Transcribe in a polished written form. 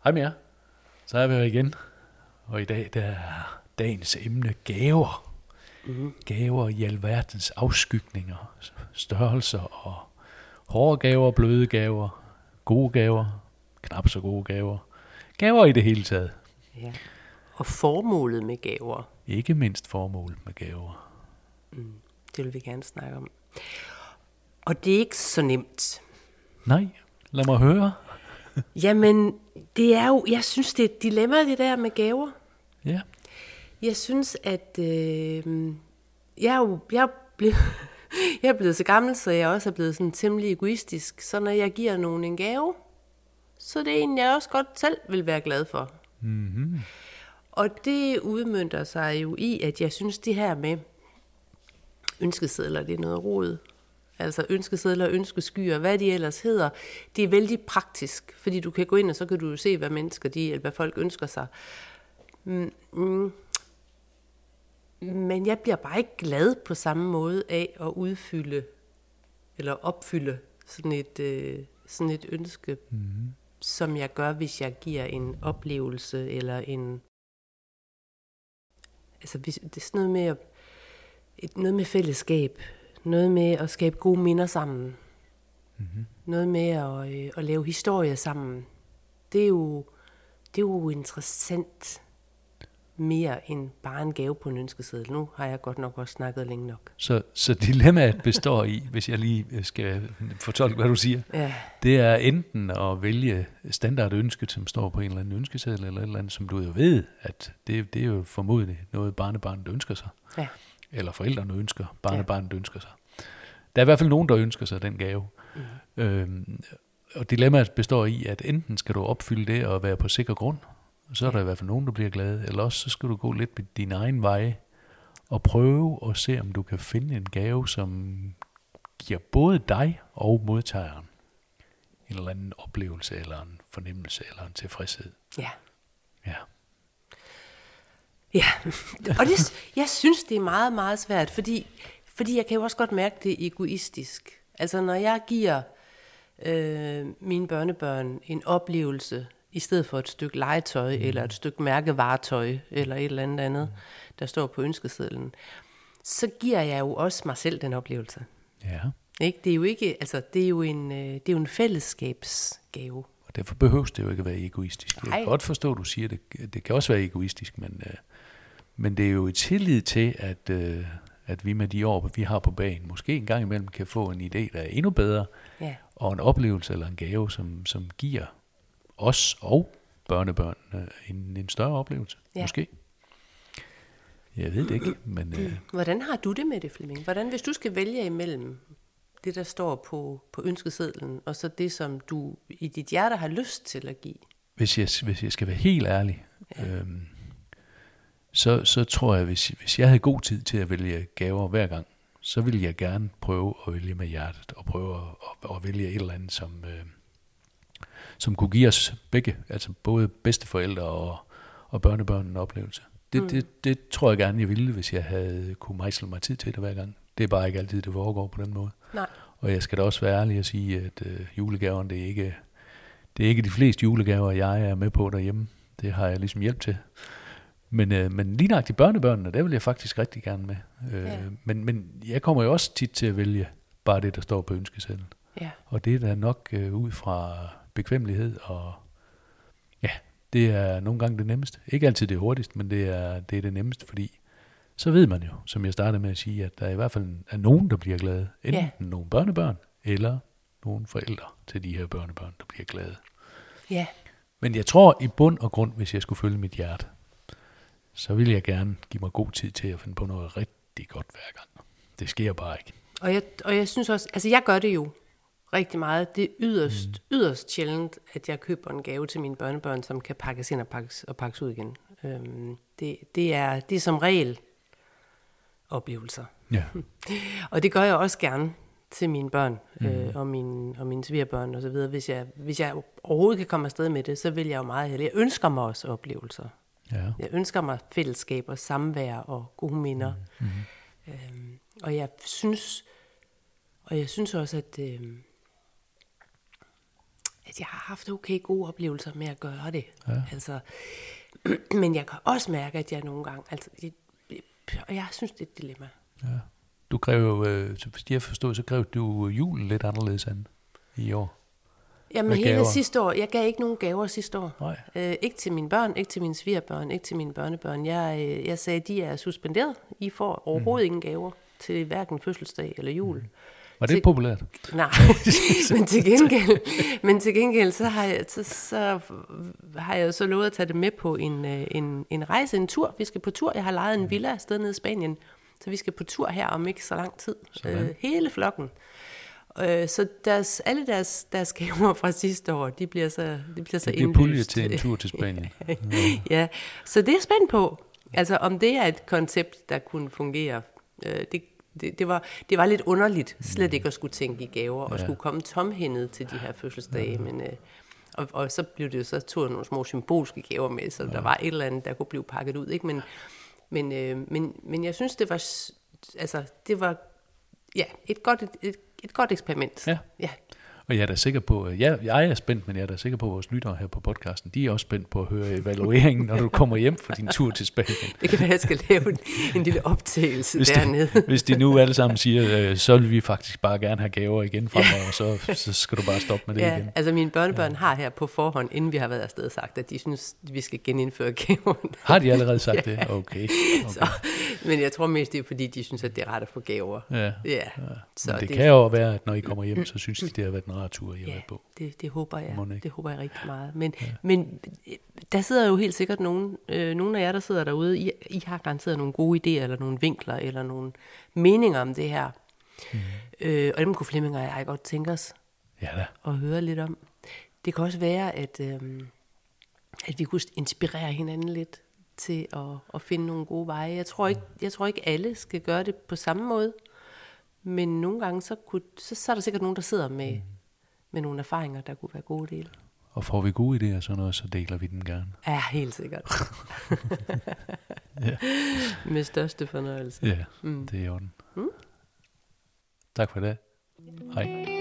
Hej med jer. Så er vi her igen. Og i dag der er dagens emne gaver. Gaver i alverdens afskygninger, størrelser og hårde gaver, bløde gaver, gode gaver, knap så gode gaver. Gaver i det hele taget. Ja. Og formålet med gaver. Ikke mindst formålet med gaver. Det vil vi gerne snakke om. Og det er ikke så nemt. Nej, lad mig høre. Jamen, det er jo, jeg synes, det er et dilemma, det der med gaver. Ja. Jeg synes, at jeg er blevet så gammel, så jeg også er blevet sådan temmelig egoistisk. Så når jeg giver nogen en gave, så det er en, jeg også godt selv vil være glad for. Mm-hmm. Og det udmønter sig jo i, at jeg synes, det her med ønskesedler, det er noget rod. Altså ønskesedler, ønskeskyer, hvad de ellers hedder, det er vældig praktisk, fordi du kan gå ind, og så kan du jo se, hvad mennesker eller hvad folk ønsker sig. Men jeg bliver bare ikke glad på samme måde af at udfylde, eller opfylde sådan et ønske, som jeg gør, hvis jeg giver en oplevelse, eller en... Altså, det er sådan noget med, noget med fællesskab, noget med at skabe gode minder sammen, noget med at lave historier sammen. Det er jo interessant mere end bare en gave på en ønskeseddel. Nu har jeg godt nok også snakket længe nok. Så dilemmaet består i, hvis jeg lige skal fortolke, hvad du siger, Ja. det er enten at vælge standardønsket, som står på en eller anden ønskeseddel, eller et eller andet, som du jo ved, at det er jo formodentlig noget, barnebarnet ønsker sig. Ja. Eller forældrene ønsker, barnebarnet ønsker sig. Der er i hvert fald nogen, der ønsker sig den gave. Og dilemmaet består i, at enten skal du opfylde det og være på sikker grund, og så er der i hvert fald nogen, der bliver glade, eller også så skal du gå lidt på din egen vej og prøve at se, om du kan finde en gave, som giver både dig og modtageren en eller anden oplevelse, eller en fornemmelse, eller en tilfredshed. Ja. Ja. Ja, og jeg synes, det er meget, meget svært, fordi jeg kan jo også godt mærke, det er egoistisk. Altså, når jeg giver mine børnebørn en oplevelse, i stedet for et stykke legetøj, eller et stykke mærkevaretøj, eller et eller andet, der står på ønskesedlen, så giver jeg jo også mig selv den oplevelse. Ja. Ikke? Det er jo ikke, altså, det er jo en fællesskabsgave. Og derfor behøves det jo ikke at være egoistisk. Jeg Nej. kan godt forstå, at du siger, det kan også være egoistisk, men det er jo et tillid til, at vi med de år, vi har på banen, måske en gang imellem kan få en idé, der er endnu bedre, Ja. og en oplevelse eller en gave, som giver os og børnebørn en større oplevelse. Ja. Måske. Jeg ved det ikke, men Hvordan har du det med det, Flemming? Hvordan, hvis du skal vælge imellem det, der står på ønskesedlen, og så det, som du i dit hjerte har lyst til at give? hvis jeg skal være helt ærlig, så tror jeg, hvis jeg havde god tid til at vælge gaver hver gang, så ville jeg gerne prøve at vælge med hjertet, og prøve at vælge et eller andet, som kunne give os begge, altså både bedsteforældre og børnebørn en oplevelse. Det tror jeg gerne, jeg ville, hvis jeg havde kunne mejsle mig tid til det hver gang. Det er bare ikke altid, det foregår på den måde. Nej. Og jeg skal da også være ærlig og sige, at julegaverne, det er ikke de fleste julegaver, jeg er med på derhjemme. Det har jeg ligesom hjælp til. Men lige nøjagtigt børnebørnene, der vil jeg faktisk rigtig gerne med. Men jeg kommer jo også tit til at vælge bare det, der står på ønskesedlen. Ja. Og det er da nok ud fra bekvemmelighed, og ja, det er nogle gange det nemmeste. Ikke altid det hurtigste, men det er det nemmeste, fordi så ved man jo, som jeg startede med at sige, at der i hvert fald er nogen, der bliver glade. Enten nogle børnebørn, eller nogle forældre til de her børnebørn, der bliver glade. Ja. Men jeg tror i bund og grund, hvis jeg skulle følge mit hjerte, så vil jeg gerne give mig god tid til at finde på noget rigtig godt hver gang. Det sker bare ikke. Og jeg synes også, altså jeg gør det jo rigtig meget. Det er yderst sjældent, at jeg køber en gave til mine børnebørn, som kan pakkes ind og pakkes ud igen. Det er som regel oplevelser. Ja. Og det gør jeg også gerne til mine børn og mine svigerbørn og så videre. Hvis jeg overhovedet kan komme afsted med det, så vil jeg jo meget hellere. Jeg ønsker mig også oplevelser. Ja. Jeg ønsker mig fællesskab og samvær og gode minder. Og jeg synes også, at jeg har haft okay gode oplevelser med at gøre det. Ja. Altså, men jeg kan også mærke, at jeg nogle gange, og jeg synes, det er et dilemma. Ja. Du grev, hvis jeg forstod, så grev du julen lidt anderledes end i år. Jamen hele sidste år, jeg gav ikke nogen gaver sidste år. Ikke til mine børn, ikke til mine svigerbørn, ikke til mine børnebørn. Jeg sagde, de er suspenderet. I får overhovedet ingen gaver til hverken fødselsdag eller jul. Var det populært? Nej, men til gengæld så har jeg jo så lovet at tage det med på en rejse, en tur. Vi skal på tur. Jeg har lejet en villa et sted nede i Spanien, så vi skal på tur her om ikke så lang tid. Hele flokken. Så alle deres gaver fra sidste år, de bliver så indlyst. Det bliver pulje til en tur til Spanien. Ja, så det er spændt på. Altså om det er et koncept, der kunne fungere. Det var lidt underligt slet ikke at skulle tænke i gaver og skulle komme tomhændet til de her fødselsdage, men og så blev det jo så tog nogle små symbolske gaver med, så der var et eller andet der kunne blive pakket ud, ikke? Men jeg synes det var et godt eksperiment. Ja. Og jeg er da sikker på, jeg er spændt, men jeg er da sikker på, at vores lyttere her på podcasten, de er også spændt på at høre evalueringen, når du kommer hjem fra din tur til Spanien. Det kan være, at jeg skal lave en lille optagelse dernede. Hvis de nu alle sammen siger, så vil vi faktisk bare gerne have gaver igen fremover, så skal du bare stoppe med det igen. Altså mine børnebørn har her på forhånd, inden vi har været afsted, sagt, at de synes, vi skal genindføre gaverne. Har de allerede sagt det? Okay. Så, men jeg tror mest, det er fordi, de synes, at det er rart at få gaver. Ja. Så men det kan jo være, at når I kommer hjem, så synes de, det har været en rar tur, I har været på. Det håber jeg. Det håber jeg rigtig meget. Men der sidder jo helt sikkert nogle af jer, der sidder derude, I har garanteret nogle gode idéer, eller nogle vinkler, eller nogle meninger om det her. Og dem kunne Flemming og jeg godt tænke os at høre lidt om. Det kan også være, at vi kunne inspirere hinanden lidt til at finde nogle gode veje. Jeg tror ikke alle skal gøre det på samme måde, men nogle gange så er der sikkert nogen, der sidder med nogle erfaringer, der kunne være gode dele. Og får vi gode idéer sådan noget, så deler vi dem gerne. Ja, helt sikkert. Med største fornøjelse. Ja, det er i orden. Tak for det. Hej.